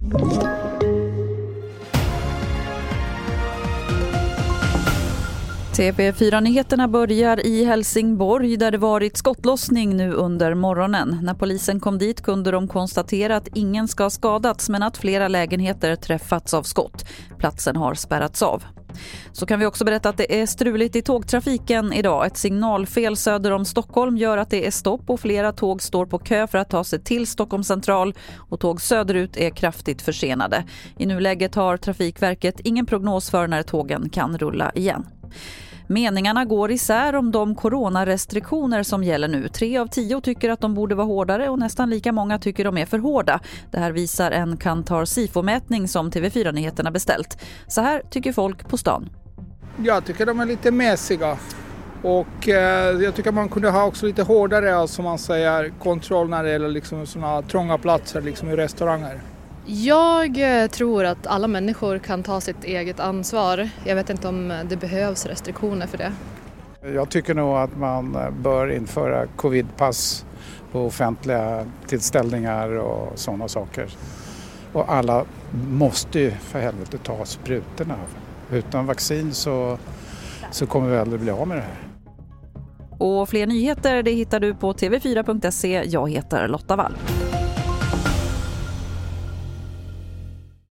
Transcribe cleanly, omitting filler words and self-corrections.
TV4-nyheterna börjar i Helsingborg där det varit skottlossning nu under morgonen. När polisen kom dit kunde de konstatera att ingen ska ha skadats men att flera lägenheter träffats av skott. Platsen har spärrats av. Så kan vi också berätta att det är struligt i tågtrafiken idag. Ett signalfel söder om Stockholm gör att det är stopp och flera tåg står på kö för att ta sig till Stockholm central och tåg söderut är kraftigt försenade. I nuläget har Trafikverket ingen prognos för när tågen kan rulla igen. Meningarna går isär om de coronarestriktioner som gäller nu. 3 av 10 tycker att de borde vara hårdare och nästan lika många tycker de är för hårda. Det här visar en Kantar SIFO-mätning som TV4-nyheterna beställt. Så här tycker folk på stan. Jag tycker de är lite mässiga och jag tycker man kunde ha också lite hårdare, som man säger, kontroll när det gäller liksom såna trånga platser liksom i restauranger. Jag tror att alla människor kan ta sitt eget ansvar. Jag vet inte om det behövs restriktioner för det. Jag tycker nog att man bör införa covidpass på offentliga tillställningar och sådana saker. Och alla måste ju för helvete ta sprutorna. Utan vaccin så kommer vi aldrig bli av med det här. Och fler nyheter det hittar du på tv4.se. Jag heter Lotta Wall.